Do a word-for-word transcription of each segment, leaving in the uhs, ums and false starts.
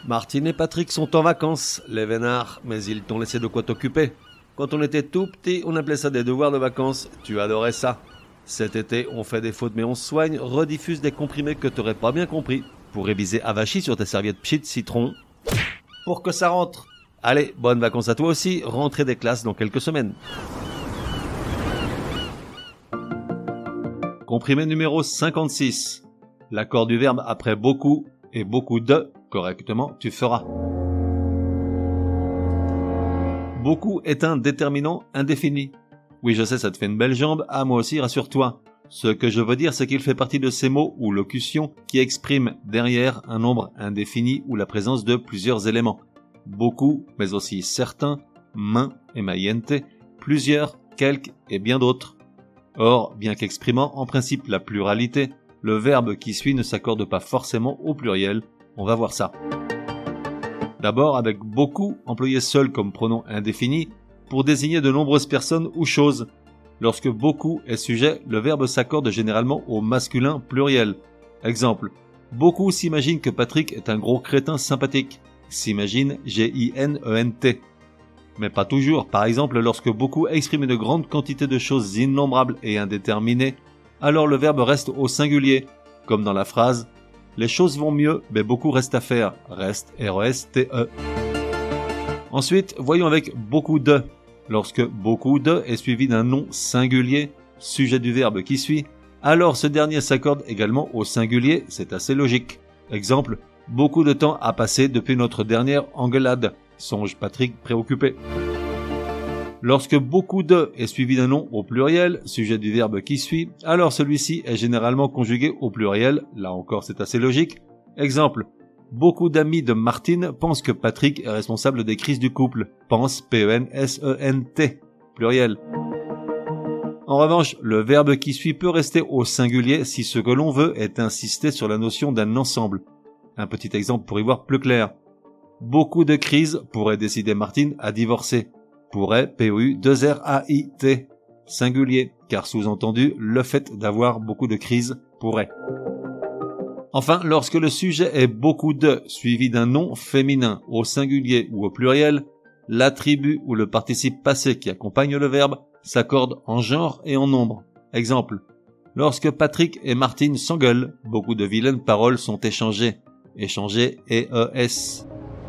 Martine et Patrick sont en vacances, les vénards, mais ils t'ont laissé de quoi t'occuper. Quand on était tout petit, on appelait ça des devoirs de vacances, tu adorais ça. Cet été, on fait des fautes mais on se soigne, rediffuse des comprimés que t'aurais pas bien compris, pour réviser avachi sur tes serviettes pchit citron, pour que ça rentre. Allez, bonnes vacances à toi aussi, rentrée des classes dans quelques semaines. Comprimé numéro cinquante-six. L'accord du verbe après beaucoup et beaucoup de, correctement, tu feras. Beaucoup est un déterminant indéfini. Oui, je sais, ça te fait une belle jambe, ah moi aussi, rassure-toi. Ce que je veux dire, c'est qu'il fait partie de ces mots ou locutions qui expriment derrière un nombre indéfini ou la présence de plusieurs éléments. Beaucoup, mais aussi certains, main et maiente, plusieurs, quelques et bien d'autres. Or, bien qu'exprimant en principe la pluralité, le verbe qui suit ne s'accorde pas forcément au pluriel. On va voir ça. D'abord avec beaucoup, employé seul comme pronom indéfini, pour désigner de nombreuses personnes ou choses. Lorsque beaucoup est sujet, le verbe s'accorde généralement au masculin pluriel. Exemple, beaucoup s'imaginent que Patrick est un gros crétin sympathique. S'imagine G I N E N T. Mais pas toujours. Par exemple, lorsque beaucoup expriment une grande quantité de choses innombrables et indéterminées, alors le verbe reste au singulier, comme dans la phrase « Les choses vont mieux, mais beaucoup reste à faire ». Reste, R E S T E. Ensuite, voyons avec beaucoup de. Lorsque beaucoup de est suivi d'un nom singulier, sujet du verbe qui suit, alors ce dernier s'accorde également au singulier, c'est assez logique. Exemple, beaucoup de temps a passé depuis notre dernière engueulade. Songe Patrick préoccupé. Lorsque beaucoup de est suivi d'un nom au pluriel, sujet du verbe qui suit, alors celui-ci est généralement conjugué au pluriel, là encore c'est assez logique. Exemple, beaucoup d'amis de Martine pensent que Patrick est responsable des crises du couple. Pense, P E N S E N T, pluriel. En revanche, le verbe qui suit peut rester au singulier si ce que l'on veut est insister sur la notion d'un ensemble. Un petit exemple pour y voir plus clair. Beaucoup de crises pourraient décider Martine à divorcer. Pourrait, P O U deux R A I T, singulier, car sous-entendu, le fait d'avoir beaucoup de crises pourrait. Enfin, lorsque le sujet est beaucoup de, suivi d'un nom féminin, au singulier ou au pluriel, l'attribut ou le participe passé qui accompagne le verbe s'accorde en genre et en nombre. Exemple, lorsque Patrick et Martine s'engueulent, beaucoup de vilaines paroles sont échangées. Échangées, E E S.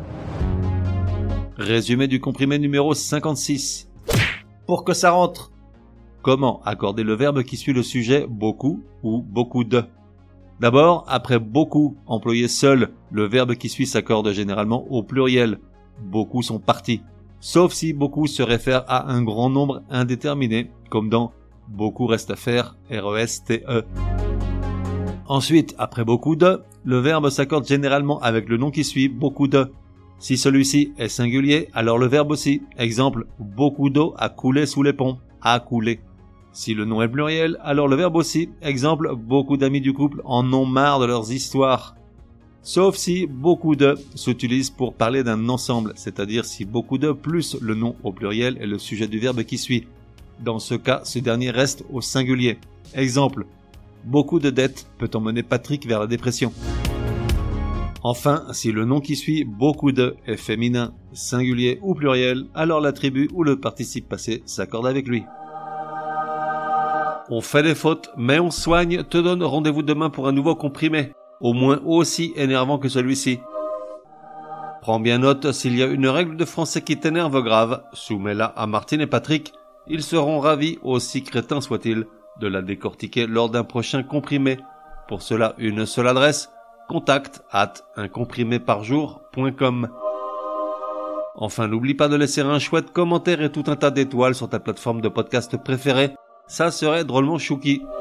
Résumé du comprimé numéro cinquante-six. Pour que ça rentre. Comment accorder le verbe qui suit le sujet beaucoup ou beaucoup de? D'abord, après beaucoup, employé seul, le verbe qui suit s'accorde généralement au pluriel. Beaucoup sont partis. Sauf si beaucoup se réfère à un grand nombre indéterminé, comme dans beaucoup reste à faire, R E S T E. Ensuite, après beaucoup de, le verbe s'accorde généralement avec le nom qui suit, beaucoup de. Si celui-ci est singulier, alors le verbe aussi. Exemple, beaucoup d'eau a coulé sous les ponts, a coulé. Si le nom est pluriel, alors le verbe aussi. Exemple, beaucoup d'amis du couple en ont marre de leurs histoires. Sauf si beaucoup de s'utilise pour parler d'un ensemble, c'est-à-dire si beaucoup de plus le nom au pluriel est le sujet du verbe qui suit. Dans ce cas, ce dernier reste au singulier. Exemple, beaucoup de dettes peut emmener Patrick vers la dépression. Enfin, si le nom qui suit, beaucoup de, est féminin, singulier ou pluriel, alors l'attribut ou le participe passé s'accorde avec lui. On fait des fautes, mais on soigne, te donne rendez-vous demain pour un nouveau comprimé, au moins aussi énervant que celui-ci. Prends bien note, s'il y a une règle de français qui t'énerve grave, soumets-la à Martine et Patrick, ils seront ravis, aussi crétins soient-ils, de la décortiquer lors d'un prochain comprimé. Pour cela, une seule adresse, contact at un comprimé par jour point com. Enfin, n'oublie pas de laisser un chouette commentaire et tout un tas d'étoiles sur ta plateforme de podcast préférée. Ça serait drôlement chouki.